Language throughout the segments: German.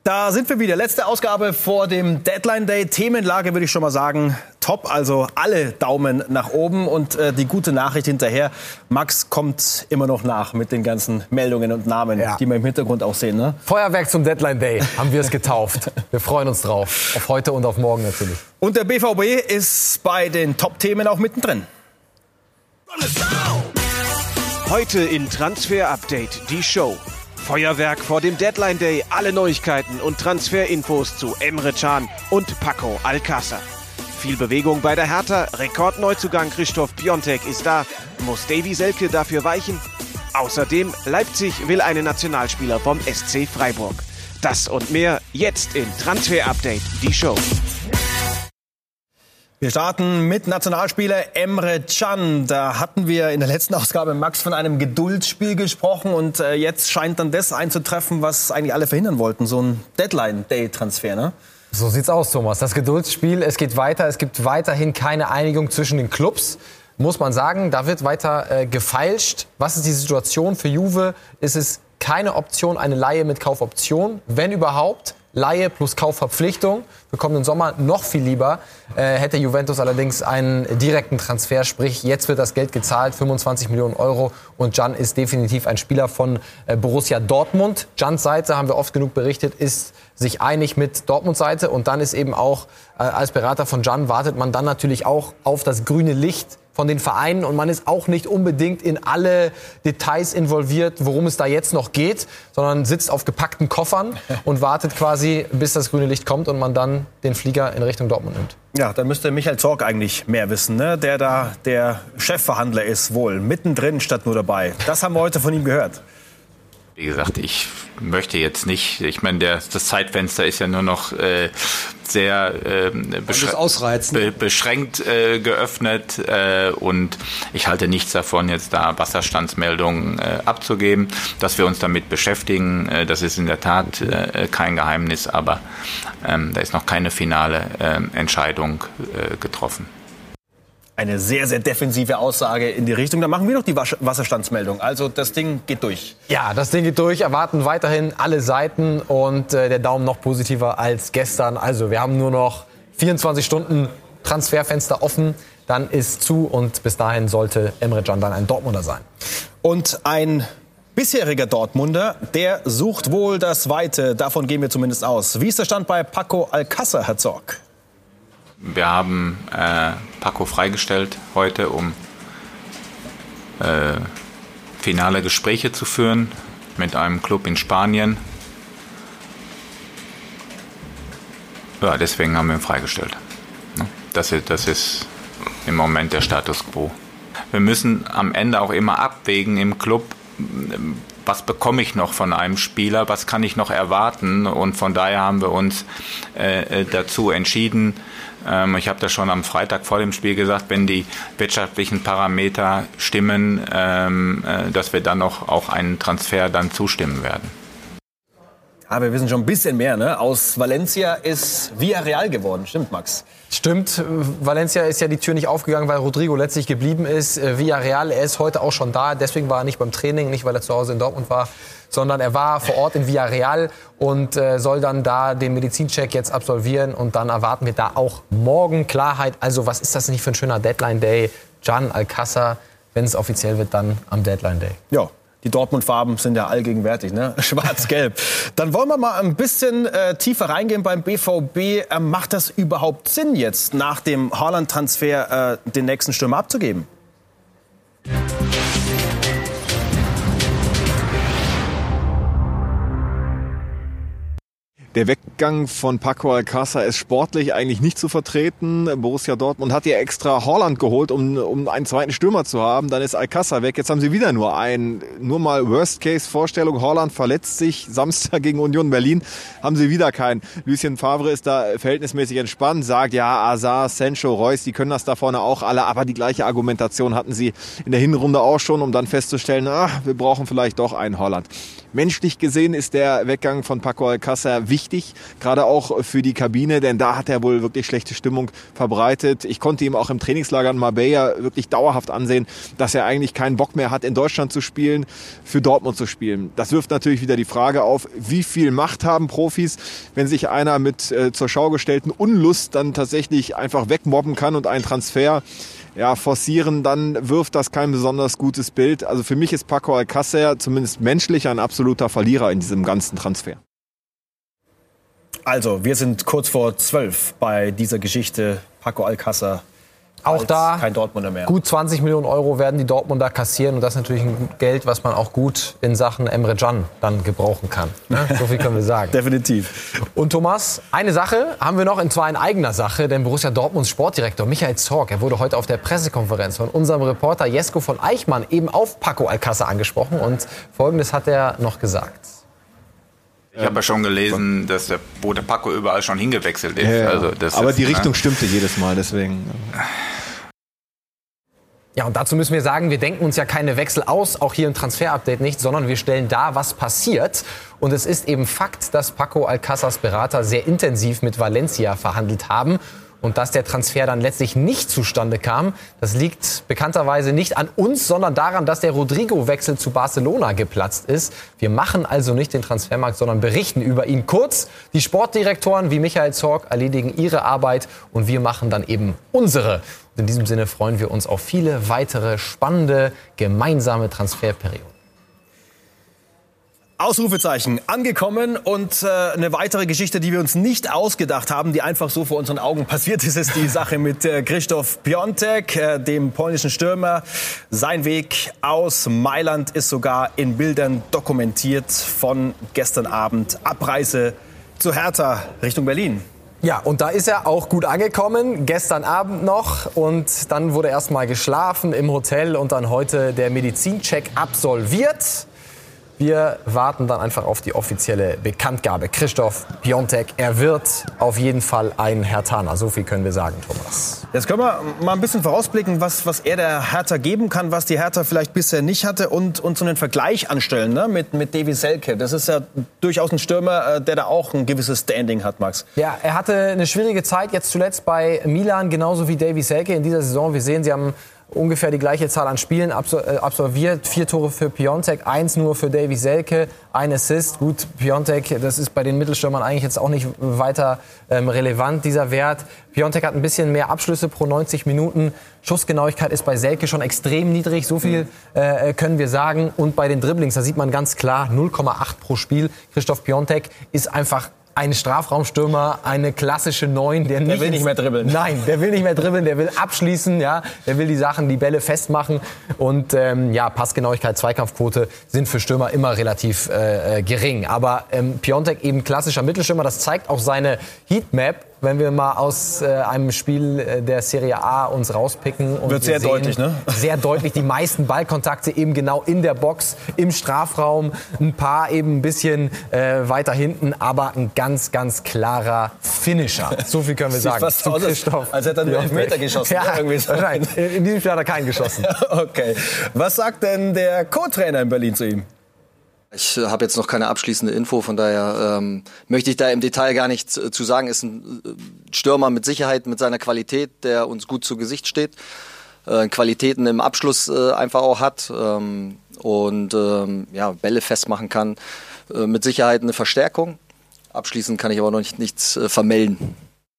Da sind wir wieder. Letzte Ausgabe vor dem Deadline Day. Themenlage würde ich schon mal sagen, top. Also alle Daumen nach oben. Und die gute Nachricht hinterher, Max kommt immer noch nach mit den ganzen Meldungen und Namen, die wir im Hintergrund auch sehen. Ne? Feuerwerk zum Deadline Day haben wir es getauft. Wir freuen uns drauf. Auf heute und auf morgen natürlich. Und der BVB ist bei den Top-Themen auch mittendrin. Heute in Transfer Update die Show. Feuerwerk vor dem Deadline Day, alle Neuigkeiten und Transferinfos zu Emre Can und Paco Alcácer. Viel Bewegung bei der Hertha, Rekordneuzugang Christoph Piontek ist da. Muss Davy Selke dafür weichen? Außerdem, Leipzig will einen Nationalspieler vom SC Freiburg. Das und mehr jetzt in Transfer Update die Show. Wir starten mit Nationalspieler Emre Can. Da hatten wir in der letzten Ausgabe, Max, von einem Geduldsspiel gesprochen. Und jetzt scheint dann das einzutreffen, was eigentlich alle verhindern wollten. So ein Deadline-Day-Transfer, ne? So sieht's aus, Thomas. Das Geduldsspiel, es geht weiter. Es gibt weiterhin keine Einigung zwischen den Clubs. Muss man sagen, da wird weiter gefeilscht. Was ist die Situation für Juve? Ist es keine Option, eine Leihe mit Kaufoption? Wenn überhaupt, Leihe plus Kaufverpflichtung. Wir kommen im Sommer noch viel lieber. Hätte Juventus allerdings einen direkten Transfer, sprich jetzt wird das Geld gezahlt, 25 Millionen Euro. Und Can ist definitiv ein Spieler von Borussia Dortmund. Cans Seite, haben wir oft genug berichtet, ist sich einig mit Dortmunds Seite. Und dann ist eben auch, als Berater von Can wartet man dann natürlich auch auf das grüne Licht von den Vereinen. Und man ist auch nicht unbedingt in alle Details involviert, worum es da jetzt noch geht, sondern sitzt auf gepackten Koffern und wartet quasi, bis das grüne Licht kommt und man dann den Flieger in Richtung Dortmund nimmt. Ja, dann müsste Michael Zorc eigentlich mehr wissen, ne? Der da der Chefverhandler ist, wohl mittendrin statt nur dabei. Das haben wir heute von ihm gehört. Wie gesagt, ich möchte jetzt nicht, ich meine, das Zeitfenster ist ja nur noch sehr beschränkt geöffnet und ich halte nichts davon, jetzt da Wasserstandsmeldungen abzugeben. Dass wir uns damit beschäftigen, das ist in der Tat kein Geheimnis, aber da ist noch keine finale Entscheidung getroffen. Eine sehr, sehr defensive Aussage in die Richtung. Dann machen wir doch die Wasserstandsmeldung. Also das Ding geht durch. Ja, das Ding geht durch. Erwarten weiterhin alle Seiten und der Daumen noch positiver als gestern. Also wir haben nur noch 24 Stunden Transferfenster offen. Dann ist zu und bis dahin sollte Emre Can dann ein Dortmunder sein. Und ein bisheriger Dortmunder, der sucht wohl das Weite. Davon gehen wir zumindest aus. Wie ist der Stand bei Paco Alcácer, Herr Zorc? Wir haben Paco freigestellt heute, um finale Gespräche zu führen mit einem Club in Spanien. Ja, deswegen haben wir ihn freigestellt. Das ist im Moment der Status quo. Wir müssen am Ende auch immer abwägen im Club, was bekomme ich noch von einem Spieler, was kann ich noch erwarten. Und von daher haben wir uns dazu entschieden, ich habe das schon am Freitag vor dem Spiel gesagt, wenn die wirtschaftlichen Parameter stimmen, dass wir dann noch auch einen Transfer dann zustimmen werden. Aber wir wissen schon ein bisschen mehr, ne? Aus Valencia ist Villarreal geworden. Stimmt, Max? Stimmt. Valencia ist ja die Tür nicht aufgegangen, weil Rodrigo letztlich geblieben ist. Villarreal, er ist heute auch schon da. Deswegen war er nicht beim Training, nicht weil er zu Hause in Dortmund war, sondern er war vor Ort in Villarreal und soll dann da den Medizincheck jetzt absolvieren. Und dann erwarten wir da auch morgen Klarheit. Also was ist das nicht für ein schöner Deadline-Day? Can Alcácer, wenn es offiziell wird, dann am Deadline-Day. Ja. Die Dortmund-Farben sind ja allgegenwärtig, ne? Schwarz-Gelb. Dann wollen wir mal ein bisschen tiefer reingehen beim BVB. Macht das überhaupt Sinn, jetzt nach dem Haaland-Transfer den nächsten Stürmer abzugeben? Der Weggang von Paco Alcácer ist sportlich eigentlich nicht zu vertreten. Borussia Dortmund hat ja extra Haaland geholt, um einen zweiten Stürmer zu haben. Dann ist Alcácer weg. Jetzt haben sie wieder nur mal Worst-Case-Vorstellung. Haaland verletzt sich. Samstag gegen Union Berlin haben sie wieder keinen. Lucien Favre ist da verhältnismäßig entspannt, sagt, ja, Hazard, Sancho, Reus, die können das da vorne auch alle. Aber die gleiche Argumentation hatten sie in der Hinrunde auch schon, um dann festzustellen, wir brauchen vielleicht doch einen Haaland. Menschlich gesehen ist der Weggang von Paco Alcácer wichtig wichtig, gerade auch für die Kabine, denn da hat er wohl wirklich schlechte Stimmung verbreitet. Ich konnte ihm auch im Trainingslager in Marbella wirklich dauerhaft ansehen, dass er eigentlich keinen Bock mehr hat, in Deutschland zu spielen, für Dortmund zu spielen. Das wirft natürlich wieder die Frage auf, wie viel Macht haben Profis, wenn sich einer mit zur Schau gestellten Unlust dann tatsächlich einfach wegmobben kann und einen Transfer forcieren, dann wirft das kein besonders gutes Bild. Also für mich ist Paco Alcácer zumindest menschlich ein absoluter Verlierer in diesem ganzen Transfer. Also, wir sind kurz vor 12 bei dieser Geschichte. Paco Alcácer. Auch da kein Dortmunder mehr. Gut 20 Millionen Euro werden die Dortmunder kassieren. Und das ist natürlich ein Geld, was man auch gut in Sachen Emre Can dann gebrauchen kann. So viel können wir sagen. Definitiv. Und Thomas, eine Sache haben wir noch, und zwar in eigener Sache. Denn Borussia Dortmunds Sportdirektor Michael Zorc, er wurde heute auf der Pressekonferenz von unserem Reporter Jesko von Eichmann eben auf Paco Alcácer angesprochen. Und Folgendes hat er noch gesagt. Ich habe ja schon gelesen, dass wo der Paco überall schon hingewechselt ist. Ja. Also aber die Richtung stimmte jedes Mal, deswegen. Ja, und dazu müssen wir sagen, wir denken uns ja keine Wechsel aus, auch hier im Transfer-Update nicht, sondern wir stellen dar, was passiert. Und es ist eben Fakt, dass Paco Alcázars Berater sehr intensiv mit Valencia verhandelt haben. Und dass der Transfer dann letztlich nicht zustande kam, das liegt bekannterweise nicht an uns, sondern daran, dass der Rodrigo-Wechsel zu Barcelona geplatzt ist. Wir machen also nicht den Transfermarkt, sondern berichten über ihn. Kurz, die Sportdirektoren wie Michael Zorc erledigen ihre Arbeit und wir machen dann eben unsere. Und in diesem Sinne freuen wir uns auf viele weitere spannende gemeinsame Transferperioden. Ausrufezeichen angekommen und eine weitere Geschichte, die wir uns nicht ausgedacht haben, die einfach so vor unseren Augen passiert ist, ist die Sache mit Krzysztof Piątek, dem polnischen Stürmer. Sein Weg aus Mailand ist sogar in Bildern dokumentiert von gestern Abend. Abreise zu Hertha Richtung Berlin. Ja, und da ist er auch gut angekommen, gestern Abend noch. Und dann wurde erst mal geschlafen im Hotel und dann heute der Medizincheck absolviert. Wir warten dann einfach auf die offizielle Bekanntgabe. Krzysztof Piątek, er wird auf jeden Fall ein Herthaner. So viel können wir sagen, Thomas. Jetzt können wir mal ein bisschen vorausblicken, was er der Hertha geben kann, was die Hertha vielleicht bisher nicht hatte und so einen Vergleich anstellen, ne, mit Davy Selke. Das ist ja durchaus ein Stürmer, der da auch ein gewisses Standing hat, Max. Ja, er hatte eine schwierige Zeit jetzt zuletzt bei Milan, genauso wie Davy Selke in dieser Saison. Wir sehen, sie haben ungefähr die gleiche Zahl an Spielen absolviert. 4 Tore für Piątek, 1 nur für Davy Selke, 1 Assist. Gut, Piątek, das ist bei den Mittelstürmern eigentlich jetzt auch nicht weiter relevant, dieser Wert. Piątek hat ein bisschen mehr Abschlüsse pro 90 Minuten. Schussgenauigkeit ist bei Selke schon extrem niedrig, so viel können wir sagen. Und bei den Dribblings, da sieht man ganz klar 0,8 pro Spiel. Krzysztof Piątek ist einfach ein Strafraumstürmer, eine klassische 9, der will nicht mehr dribbeln. Nein, der will nicht mehr dribbeln, der will abschließen, ja, der will die Bälle festmachen und Passgenauigkeit, Zweikampfquote sind für Stürmer immer relativ gering. Aber Piątek eben klassischer Mittelstürmer, das zeigt auch seine Heatmap. Wenn wir mal aus einem Spiel der Serie A uns rauspicken. Und wird sehr deutlich, ne? Sehr deutlich, die meisten Ballkontakte eben genau in der Box, im Strafraum. Ein paar eben ein bisschen weiter hinten, aber ein ganz, ganz klarer Finisher. So viel können wir sagen. Fast aus, als hätte er einen Elfmeter geschossen. Ja, irgendwie so. In diesem Spiel hat er keinen geschossen. Okay. Was sagt denn der Co-Trainer in Berlin zu ihm? Ich habe jetzt noch keine abschließende Info, von daher möchte ich da im Detail gar nichts zu sagen. Ist ein Stürmer mit Sicherheit, mit seiner Qualität, der uns gut zu Gesicht steht, Qualitäten im Abschluss einfach auch hat Bälle festmachen kann. Mit Sicherheit eine Verstärkung. Abschließend kann ich aber noch nichts vermelden.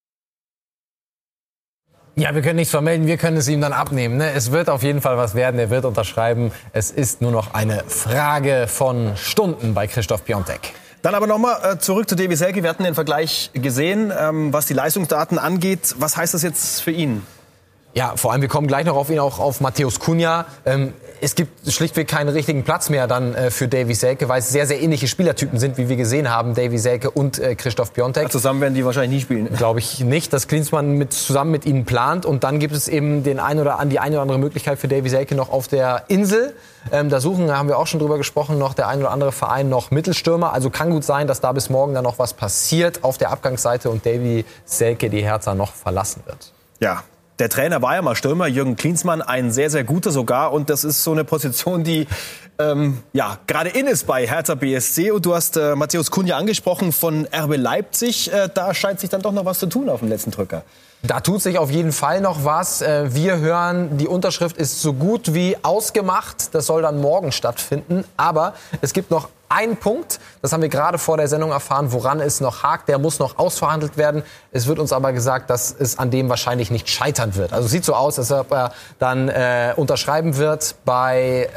Ja, wir können nichts vermelden, wir können es ihm dann abnehmen. Ne? Es wird auf jeden Fall was werden, er wird unterschreiben. Es ist nur noch eine Frage von Stunden bei Krzysztof Piątek. Dann aber nochmal zurück zu Davy Selke. Wir hatten den Vergleich gesehen, was die Leistungsdaten angeht. Was heißt das jetzt für ihn? Ja, vor allem, wir kommen gleich noch auf ihn, auch auf Matthäus Cunha. Es gibt schlichtweg keinen richtigen Platz mehr dann für Davy Selke, weil es sehr, sehr ähnliche Spielertypen sind, wie wir gesehen haben, Davy Selke und Krzysztof Piątek. Zusammen werden die wahrscheinlich nie spielen. Glaube ich nicht, dass Klinsmann zusammen mit ihnen plant. Und dann gibt es eben die eine oder andere Möglichkeit für Davy Selke noch auf der Insel. Da haben wir auch schon drüber gesprochen, noch der ein oder andere Verein noch Mittelstürmer. Also kann gut sein, dass da bis morgen dann noch was passiert auf der Abgangsseite und Davy Selke die Hertha noch verlassen wird. Ja. Der Trainer war ja mal Stürmer, Jürgen Klinsmann, ein sehr, sehr guter sogar. Und das ist so eine Position, die gerade in ist bei Hertha BSC. Und du hast Matthäus Cunha angesprochen von RB Leipzig. Da scheint sich dann doch noch was zu tun auf dem letzten Drücker. Da tut sich auf jeden Fall noch was. Wir hören, die Unterschrift ist so gut wie ausgemacht. Das soll dann morgen stattfinden. Aber es gibt noch einen Punkt, das haben wir gerade vor der Sendung erfahren, woran es noch hakt. Der muss noch ausverhandelt werden. Es wird uns aber gesagt, dass es an dem wahrscheinlich nicht scheitern wird. Also es sieht so aus, als ob er dann unterschreiben wird bei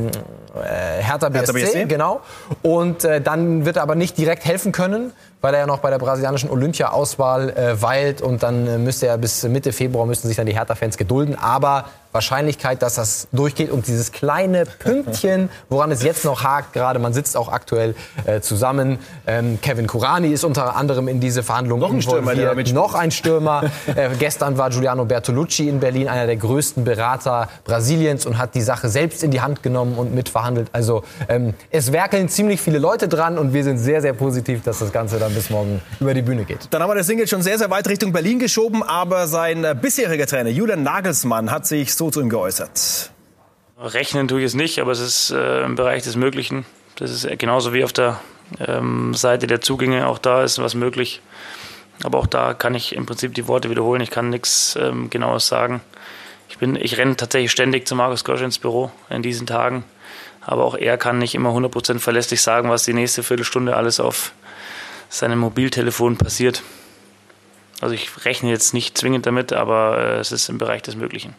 Hertha BSC. Genau. Und dann wird er aber nicht direkt helfen können, weil er ja noch bei der brasilianischen Olympia-Auswahl weilt. Und dann müsste er bis Mitte Februar müssen sich dann die Hertha-Fans gedulden. Aber Wahrscheinlichkeit, dass das durchgeht und dieses kleine Pünktchen, woran es jetzt noch hakt, gerade man sitzt auch aktuell zusammen. Kevin Kurani ist unter anderem in diese Verhandlungen involviert. Noch ein Stürmer. Gestern war Giuliano Bertolucci in Berlin, einer der größten Berater Brasiliens, und hat die Sache selbst in die Hand genommen und mitverhandelt. Also es werkeln ziemlich viele Leute dran und wir sind sehr, sehr positiv, dass das Ganze dann bis morgen über die Bühne geht. Dann haben wir das Ding jetzt schon sehr, sehr weit Richtung Berlin geschoben, aber sein bisheriger Trainer Julian Nagelsmann hat sich so zu ihm geäußert. Rechnen tue ich es nicht, aber es ist im Bereich des Möglichen. Das ist genauso wie auf der Seite der Zugänge. Auch da ist was möglich. Aber auch da kann ich im Prinzip die Worte wiederholen. Ich kann nichts Genaues sagen. Ich renne tatsächlich ständig zu Markus Gosch ins Büro in diesen Tagen. Aber auch er kann nicht immer 100% verlässlich sagen, was die nächste Viertelstunde alles auf seinem Mobiltelefon passiert. Also ich rechne jetzt nicht zwingend damit, aber es ist im Bereich des Möglichen.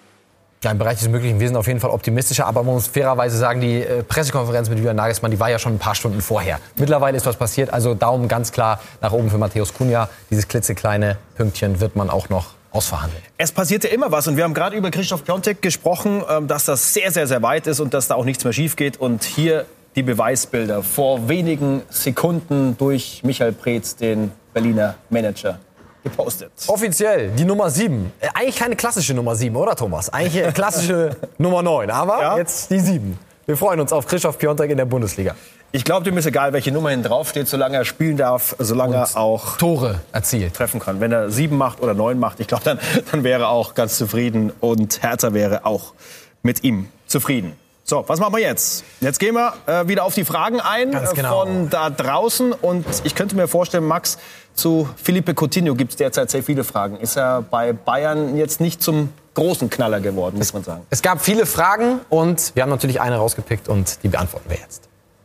Ja, im Bereich des Möglichen. Wir sind auf jeden Fall optimistischer. Aber man muss fairerweise sagen, die Pressekonferenz mit Julian Nagelsmann, die war ja schon ein paar Stunden vorher. Mittlerweile ist was passiert. Also Daumen ganz klar nach oben für Matthäus Cunha. Dieses klitzekleine Pünktchen wird man auch noch ausverhandeln. Es passiert ja immer was. Und wir haben gerade über Krzysztof Piątek gesprochen, dass das sehr, sehr, sehr weit ist und dass da auch nichts mehr schief geht. Und hier die Beweisbilder vor wenigen Sekunden durch Michael Preetz, den Berliner Manager, gepostet. Offiziell die Nummer 7. Eigentlich keine klassische Nummer 7, oder Thomas? Eigentlich eine klassische Nummer 9. Aber jetzt die 7. Wir freuen uns auf Krzysztof Piątek in der Bundesliga. Ich glaube, dem ist egal, welche Nummer hinten draufsteht, solange er spielen darf, solange er auch Tore erzielt, treffen kann. Wenn er 7 macht oder 9 macht, ich glaube, dann wäre er auch ganz zufrieden. Und Hertha wäre auch mit ihm zufrieden. So, was machen wir jetzt? Jetzt gehen wir wieder auf die Fragen ein von da draußen. Und ich könnte mir vorstellen, Max, zu Felipe Coutinho gibt es derzeit sehr viele Fragen. Ist er bei Bayern jetzt nicht zum großen Knaller geworden, muss man sagen? Es gab viele Fragen und wir haben natürlich eine rausgepickt und die beantworten wir jetzt.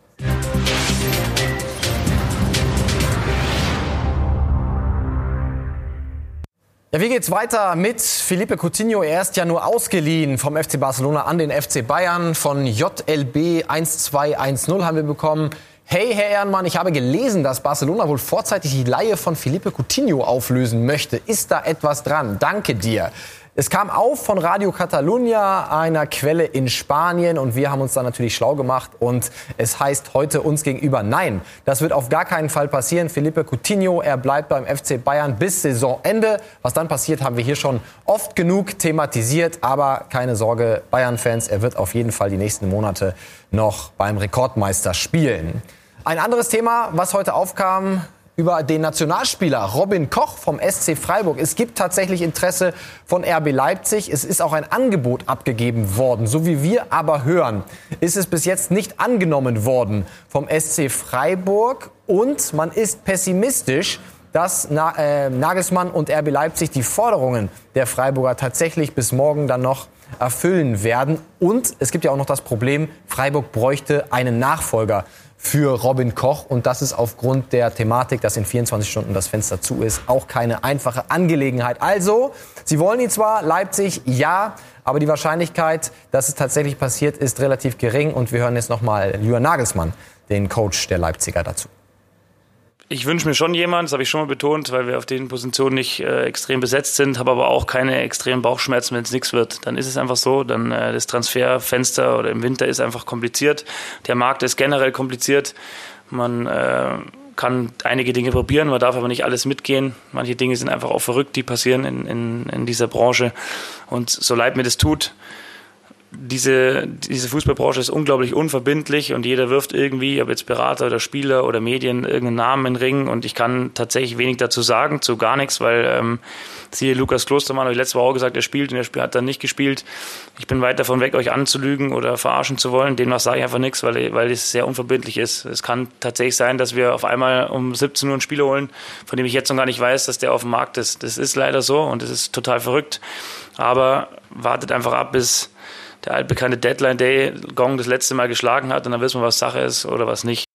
Ja, wie geht's weiter mit Felipe Coutinho? Er ist ja nur ausgeliehen vom FC Barcelona an den FC Bayern. Von JLB 1210 haben wir bekommen: Hey, Herr Ehrenmann, ich habe gelesen, dass Barcelona wohl vorzeitig die Leihe von Felipe Coutinho auflösen möchte. Ist da etwas dran? Danke dir. Es kam auf von Radio Catalunya, einer Quelle in Spanien, und wir haben uns dann natürlich schlau gemacht und es heißt heute uns gegenüber: Nein, das wird auf gar keinen Fall passieren. Felipe Coutinho, er bleibt beim FC Bayern bis Saisonende. Was dann passiert, haben wir hier schon oft genug thematisiert, aber keine Sorge, Bayern-Fans, er wird auf jeden Fall die nächsten Monate noch beim Rekordmeister spielen. Ein anderes Thema, was heute aufkam, über den Nationalspieler Robin Koch vom SC Freiburg. Es gibt tatsächlich Interesse von RB Leipzig. Es ist auch ein Angebot abgegeben worden. So wie wir aber hören, ist es bis jetzt nicht angenommen worden vom SC Freiburg. Und man ist pessimistisch, dass Nagelsmann und RB Leipzig die Forderungen der Freiburger tatsächlich bis morgen dann noch erfüllen werden. Und es gibt ja auch noch das Problem, Freiburg bräuchte einen Nachfolger für Robin Koch. Und das ist aufgrund der Thematik, dass in 24 Stunden das Fenster zu ist, auch keine einfache Angelegenheit. Also, sie wollen ihn zwar, Leipzig, ja, aber die Wahrscheinlichkeit, dass es tatsächlich passiert, ist relativ gering. Und wir hören jetzt nochmal Julian Nagelsmann, den Coach der Leipziger, dazu. Ich wünsche mir schon jemanden, das habe ich schon mal betont, weil wir auf den Positionen nicht extrem besetzt sind, habe aber auch keine extremen Bauchschmerzen, wenn es nichts wird. Dann ist es einfach so, dann das Transferfenster oder im Winter ist einfach kompliziert. Der Markt ist generell kompliziert. Man kann einige Dinge probieren, man darf aber nicht alles mitgehen. Manche Dinge sind einfach auch verrückt, die passieren in dieser Branche. Und so leid mir das tut, diese Fußballbranche ist unglaublich unverbindlich und jeder wirft irgendwie, ob jetzt Berater oder Spieler oder Medien, irgendeinen Namen in den Ring und ich kann tatsächlich wenig dazu sagen, zu gar nichts, weil siehe Lukas Klostermann, habe ich letzte Woche auch gesagt, er spielt und er hat dann nicht gespielt. Ich bin weit davon weg, euch anzulügen oder verarschen zu wollen. Demnach sage ich einfach nichts, weil es sehr unverbindlich ist. Es kann tatsächlich sein, dass wir auf einmal um 17 Uhr einen Spieler holen, von dem ich jetzt noch gar nicht weiß, dass der auf dem Markt ist. Das ist leider so und das ist total verrückt. Aber wartet einfach ab, bis der altbekannte Deadline-Day-Gong das letzte Mal geschlagen hat und dann wissen wir, was Sache ist oder was nicht.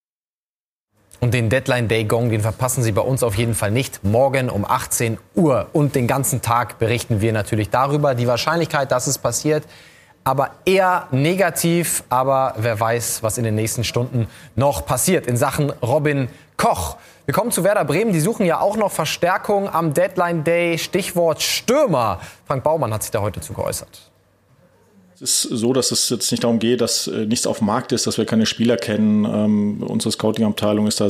Und den Deadline-Day-Gong, den verpassen Sie bei uns auf jeden Fall nicht. Morgen um 18 Uhr und den ganzen Tag berichten wir natürlich darüber. Die Wahrscheinlichkeit, dass es passiert, aber eher negativ. Aber wer weiß, was in den nächsten Stunden noch passiert in Sachen Robin Koch. Wir kommen zu Werder Bremen. Die suchen ja auch noch Verstärkung am Deadline-Day. Stichwort Stürmer. Frank Baumann hat sich da heute zu geäußert. Es ist so, dass es jetzt nicht darum geht, dass nichts auf dem Markt ist, dass wir keine Spieler kennen. Unsere Scouting-Abteilung ist da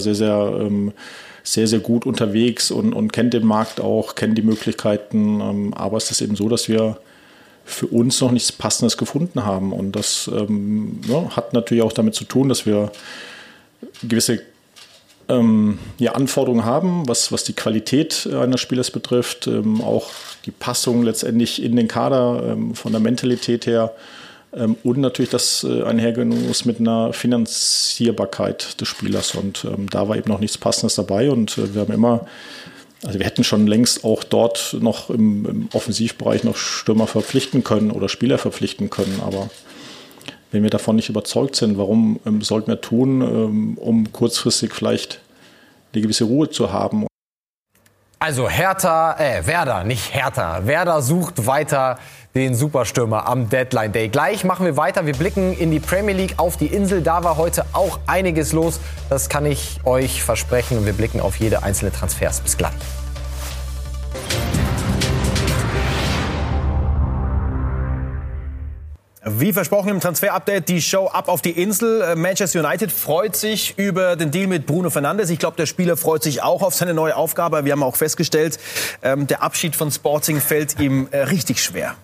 sehr gut unterwegs und kennt den Markt auch, kennt die Möglichkeiten. Aber es ist eben so, dass wir für uns noch nichts Passendes gefunden haben. Und das hat natürlich auch damit zu tun, dass wir gewisse Anforderungen haben, was die Qualität eines Spielers betrifft, auch die Passung letztendlich in den Kader von der Mentalität her und natürlich das einhergehen muss mit einer Finanzierbarkeit des Spielers und da war eben noch nichts Passendes dabei und wir hätten schon längst auch dort noch im Offensivbereich noch Stürmer verpflichten können oder Spieler verpflichten können, aber wenn wir davon nicht überzeugt sind, warum sollten wir tun, um kurzfristig vielleicht eine gewisse Ruhe zu haben? Also Werder, nicht Hertha. Werder sucht weiter den Superstürmer am Deadline Day. Gleich machen wir weiter. Wir blicken in die Premier League auf die Insel. Da war heute auch einiges los. Das kann ich euch versprechen. Und wir blicken auf jede einzelne Transfers. Bis gleich. Wie versprochen im Transfer-Update die Show ab auf die Insel. Manchester United freut sich über den Deal mit Bruno Fernandes. Ich glaube, der Spieler freut sich auch auf seine neue Aufgabe. Wir haben auch festgestellt, der Abschied von Sporting fällt ihm richtig schwer.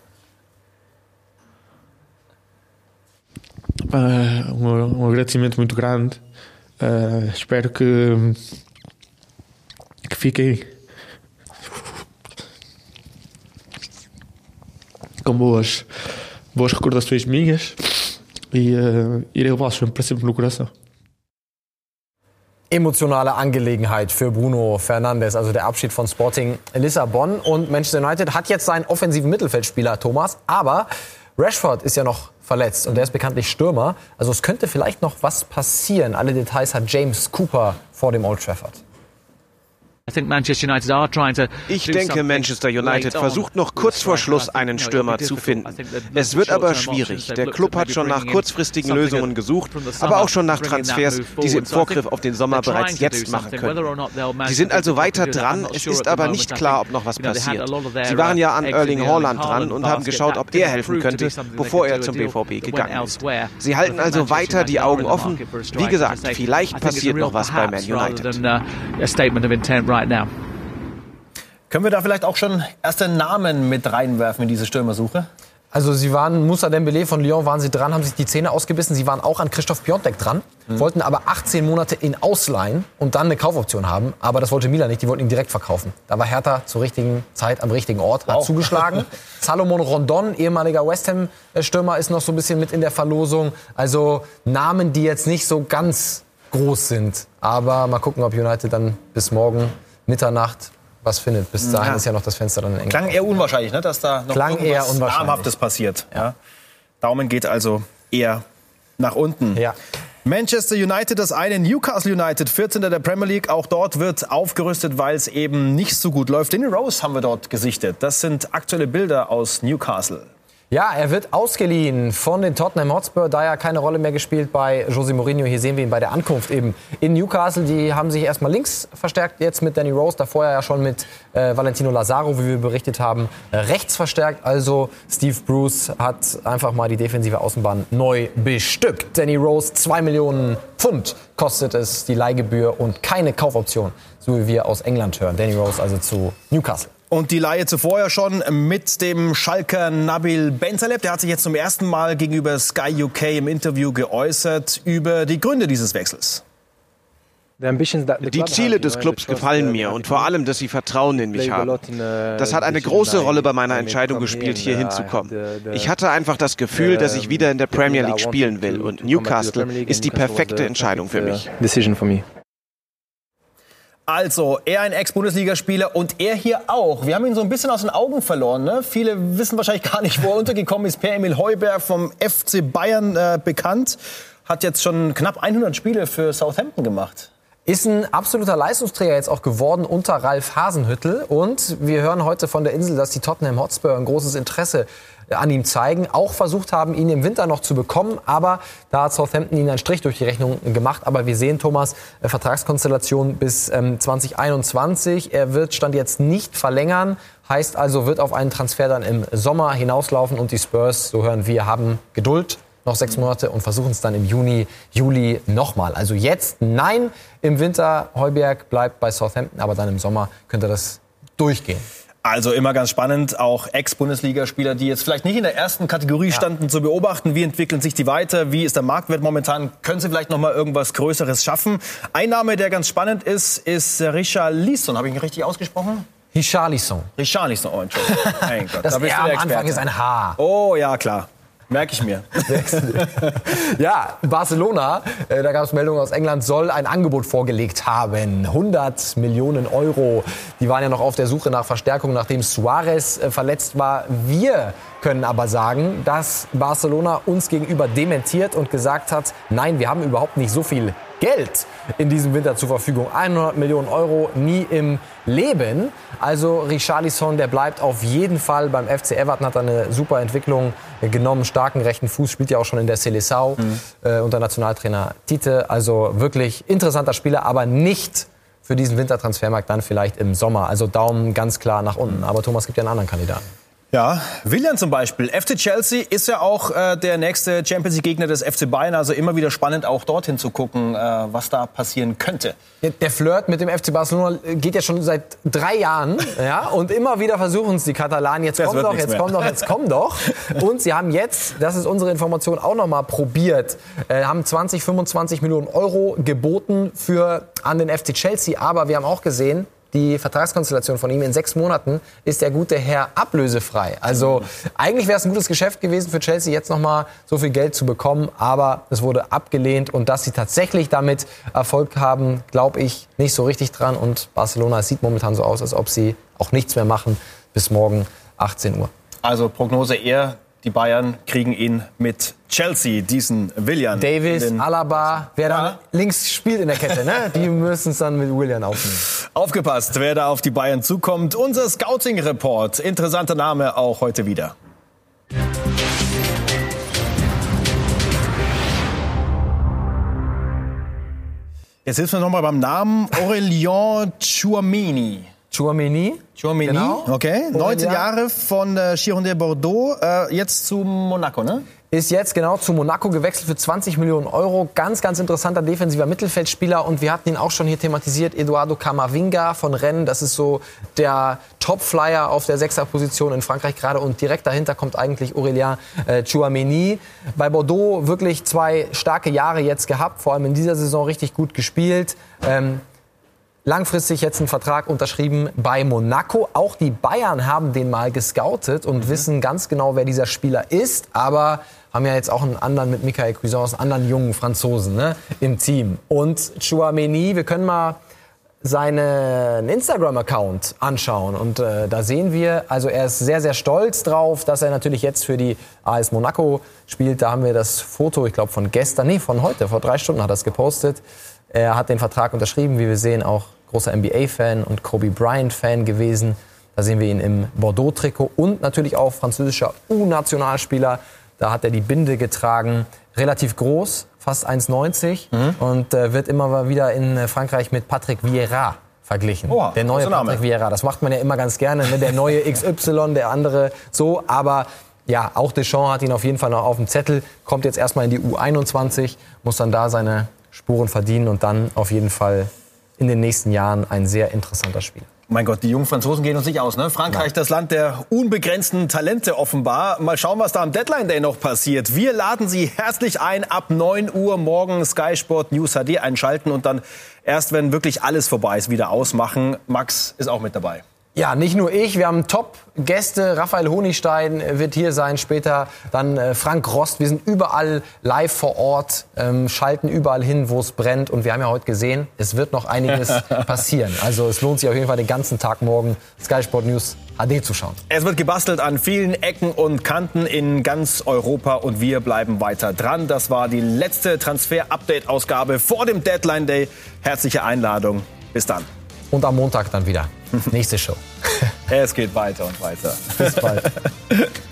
Agradecimento muito grande. Espero que fiquem com boas recordações minhas e irei levá-los para sempre no coração. Emotionale Angelegenheit für Bruno Fernandes, also der Abschied von Sporting Lissabon. Und Manchester United hat jetzt seinen offensiven Mittelfeldspieler, Thomas, aber Rashford ist ja noch verletzt und der ist bekanntlich Stürmer. Also es könnte vielleicht noch was passieren. Alle Details hat James Cooper vor dem Old Trafford. Ich denke, Manchester United versucht noch kurz vor Schluss einen Stürmer zu finden. Es wird aber schwierig. Der Club hat schon nach kurzfristigen Lösungen gesucht, aber auch schon nach Transfers, die sie im Vorgriff auf den Sommer bereits jetzt machen können. Sie sind also weiter dran, es ist aber nicht klar, ob noch was passiert. Sie waren ja an Erling Haaland dran und haben geschaut, ob er helfen könnte, bevor er zum BVB gegangen ist. Sie halten also weiter die Augen offen. Wie gesagt, vielleicht passiert noch was bei Man United. Können wir da vielleicht auch schon erste Namen mit reinwerfen in diese Stürmersuche? Also sie waren, Moussa Dembélé von Lyon waren sie dran, haben sich die Zähne ausgebissen. Sie waren auch an Christoph Piontek dran, wollten aber 18 Monate ihn ausleihen und dann eine Kaufoption haben. Aber das wollte Milan nicht, die wollten ihn direkt verkaufen. Da war Hertha zur richtigen Zeit am richtigen Ort, hat zugeschlagen. Salomon Rondon, ehemaliger West Ham-Stürmer, ist noch so ein bisschen mit in der Verlosung. Also Namen, die jetzt nicht so ganz groß sind. Aber mal gucken, ob United dann bis morgen Mitternacht was findet. Bis dahin ist ja noch das Fenster dann eng. Klang eher unwahrscheinlich, ne, dass da noch irgendwas Namhaftes passiert. Ja. Daumen geht also eher nach unten. Ja. Manchester United das eine, Newcastle United, 14. der Premier League. Auch dort wird aufgerüstet, weil es eben nicht so gut läuft. Danny Rose haben wir dort gesichtet. Das sind aktuelle Bilder aus Newcastle. Ja, er wird ausgeliehen von den Tottenham Hotspur, da er keine Rolle mehr gespielt bei José Mourinho. Hier sehen wir ihn bei der Ankunft eben in Newcastle. Die haben sich erstmal links verstärkt, jetzt mit Danny Rose, davor ja schon mit Valentino Lazaro, wie wir berichtet haben, rechts verstärkt. Also Steve Bruce hat einfach mal die defensive Außenbahn neu bestückt. Danny Rose, 2 Millionen Pfund kostet es, die Leihgebühr und keine Kaufoption, so wie wir aus England hören. Danny Rose also zu Newcastle. Und die Leihe zuvor ja schon mit dem Schalker Nabil Bentaleb. Der hat sich jetzt zum ersten Mal gegenüber Sky UK im Interview geäußert über die Gründe dieses Wechsels. Die Ziele des Clubs gefallen mir und vor allem, dass sie Vertrauen in mich haben. Das hat eine große Rolle bei meiner Entscheidung gespielt, hier hinzukommen. Ich hatte einfach das Gefühl, dass ich wieder in der Premier League spielen will und Newcastle ist die perfekte Entscheidung für mich. Also, er ein Ex-Bundesligaspieler und er hier auch. Wir haben ihn so ein bisschen aus den Augen verloren. Ne? Viele wissen wahrscheinlich gar nicht, wo er untergekommen ist. Per-Emil Højbjerg vom FC Bayern bekannt. Hat jetzt schon knapp 100 Spiele für Southampton gemacht. Ist ein absoluter Leistungsträger jetzt auch geworden unter Ralf Hasenhüttl. Und wir hören heute von der Insel, dass die Tottenham Hotspur ein großes Interesse an ihm zeigen. Auch versucht haben, ihn im Winter noch zu bekommen. Aber da hat Southampton ihnen einen Strich durch die Rechnung gemacht. Aber wir sehen, Thomas, Vertragskonstellation bis 2021. Er wird Stand jetzt nicht verlängern. Heißt also, wird auf einen Transfer dann im Sommer hinauslaufen. Und die Spurs, so hören wir, haben Geduld. Noch 6 Monate und versuchen es dann im Juni, Juli nochmal. Also jetzt nein, im Winter Højbjerg bleibt bei Southampton, aber dann im Sommer könnte das durchgehen. Also immer ganz spannend, auch Ex-Bundesligaspieler, die jetzt vielleicht nicht in der ersten Kategorie standen, zu beobachten. Wie entwickeln sich die weiter? Wie ist der Marktwert momentan? Können sie vielleicht noch mal irgendwas Größeres schaffen? Ein Name, der ganz spannend ist Richarlison. Habe ich ihn richtig ausgesprochen? Richarlison. Richarlison, oh, Entschuldigung. Mein Gott, das R am Anfang ist ein H. Oh ja, klar. Merke ich mir. Ja, Barcelona, da gab es Meldungen aus England, soll ein Angebot vorgelegt haben. 100 Millionen Euro. Die waren ja noch auf der Suche nach Verstärkung, nachdem Suarez verletzt war. Wir können aber sagen, dass Barcelona uns gegenüber dementiert und gesagt hat, nein, wir haben überhaupt nicht so viel Geld in diesem Winter zur Verfügung. 100 Millionen Euro nie im Leben. Also Richarlison, der bleibt auf jeden Fall beim FC Everton, hat eine super Entwicklung genommen, starken rechten Fuß, spielt ja auch schon in der Seleção unter Nationaltrainer Tite. Also wirklich interessanter Spieler, aber nicht für diesen Wintertransfermarkt, dann vielleicht im Sommer. Also Daumen ganz klar nach unten. Aber Thomas, gibt ja einen anderen Kandidaten. Ja, Willian zum Beispiel. FC Chelsea ist ja auch der nächste Champions-League-Gegner des FC Bayern. Also immer wieder spannend, auch dorthin zu gucken, was da passieren könnte. Der Flirt mit dem FC Barcelona geht ja schon seit 3 Jahren. Ja, und immer wieder versuchen es die Katalanen. Jetzt komm doch, jetzt komm doch, jetzt komm doch. Und sie haben jetzt, das ist unsere Information, auch noch mal probiert. Haben 20, 25 Millionen Euro geboten an den FC Chelsea. Aber wir haben auch gesehen, die Vertragskonstellation von ihm in 6 Monaten ist der gute Herr ablösefrei. Also eigentlich wäre es ein gutes Geschäft gewesen für Chelsea, jetzt nochmal so viel Geld zu bekommen. Aber es wurde abgelehnt. Und dass sie tatsächlich damit Erfolg haben, glaube ich nicht so richtig dran. Und Barcelona, es sieht momentan so aus, als ob sie auch nichts mehr machen bis morgen 18 Uhr. Also Prognose eher, die Bayern kriegen ihn mit Chelsea, diesen Willian. Davis, Alaba, wer da links spielt in der Kette, ne? Die müssen es dann mit Willian aufnehmen. Aufgepasst, wer da auf die Bayern zukommt. Unser Scouting-Report, interessanter Name auch heute wieder. Jetzt hilft mir noch mal beim Namen Aurélien Tchouaméni. Tchouaméni, genau. Okay, 19 Jahre von Girondins Bordeaux, jetzt zu Monaco, ne? Ist jetzt genau zu Monaco gewechselt für 20 Millionen Euro. Ganz, ganz interessanter defensiver Mittelfeldspieler. Und wir hatten ihn auch schon hier thematisiert. Eduardo Camavinga von Rennes. Das ist so der Top-Flyer auf der 6er-Position in Frankreich gerade. Und direkt dahinter kommt eigentlich Aurélien Tchouaméni. Bei Bordeaux wirklich 2 starke Jahre jetzt gehabt. Vor allem in dieser Saison richtig gut gespielt. Langfristig jetzt einen Vertrag unterschrieben bei Monaco. Auch die Bayern haben den mal gescoutet und wissen ganz genau, wer dieser Spieler ist. Aber haben ja jetzt auch einen anderen mit Michael Cuisance, einen anderen jungen Franzosen, ne, im Team. Und Tchouaméni, wir können mal seinen Instagram-Account anschauen. Und da sehen wir, also er ist sehr, sehr stolz drauf, dass er natürlich jetzt für die AS Monaco spielt. Da haben wir das Foto, ich glaube von gestern, von heute, vor 3 Stunden hat er es gepostet. Er hat den Vertrag unterschrieben, wie wir sehen, auch großer NBA-Fan und Kobe Bryant-Fan gewesen. Da sehen wir ihn im Bordeaux-Trikot und natürlich auch französischer U-Nationalspieler. Da hat er die Binde getragen, relativ groß, fast 1,90 und wird immer mal wieder in Frankreich mit Patrick Vieira verglichen. Oh, der neue Patrick Vieira, das macht man ja immer ganz gerne, ne? Der neue XY, der andere so, aber ja, auch Deschamps hat ihn auf jeden Fall noch auf dem Zettel, kommt jetzt erstmal in die U21, muss dann da seine Spuren verdienen und dann auf jeden Fall in den nächsten Jahren ein sehr interessanter Spieler. Mein Gott, die jungen Franzosen gehen uns nicht aus, ne? Frankreich, das Land der unbegrenzten Talente offenbar. Mal schauen, was da am Deadline Day noch passiert. Wir laden Sie herzlich ein, ab 9 Uhr morgen Sky Sport News HD einschalten und dann erst, wenn wirklich alles vorbei ist, wieder ausmachen. Max ist auch mit dabei. Ja, nicht nur ich, wir haben Top-Gäste. Raphael Honigstein wird hier sein, später dann Frank Rost. Wir sind überall live vor Ort, schalten überall hin, wo es brennt. Und wir haben ja heute gesehen, es wird noch einiges passieren. Also es lohnt sich auf jeden Fall den ganzen Tag morgen Sky Sport News HD zu schauen. Es wird gebastelt an vielen Ecken und Kanten in ganz Europa und wir bleiben weiter dran. Das war die letzte Transfer-Update-Ausgabe vor dem Deadline Day. Herzliche Einladung. Bis dann. Und am Montag dann wieder. Nächste Show. Es geht weiter und weiter. Bis bald.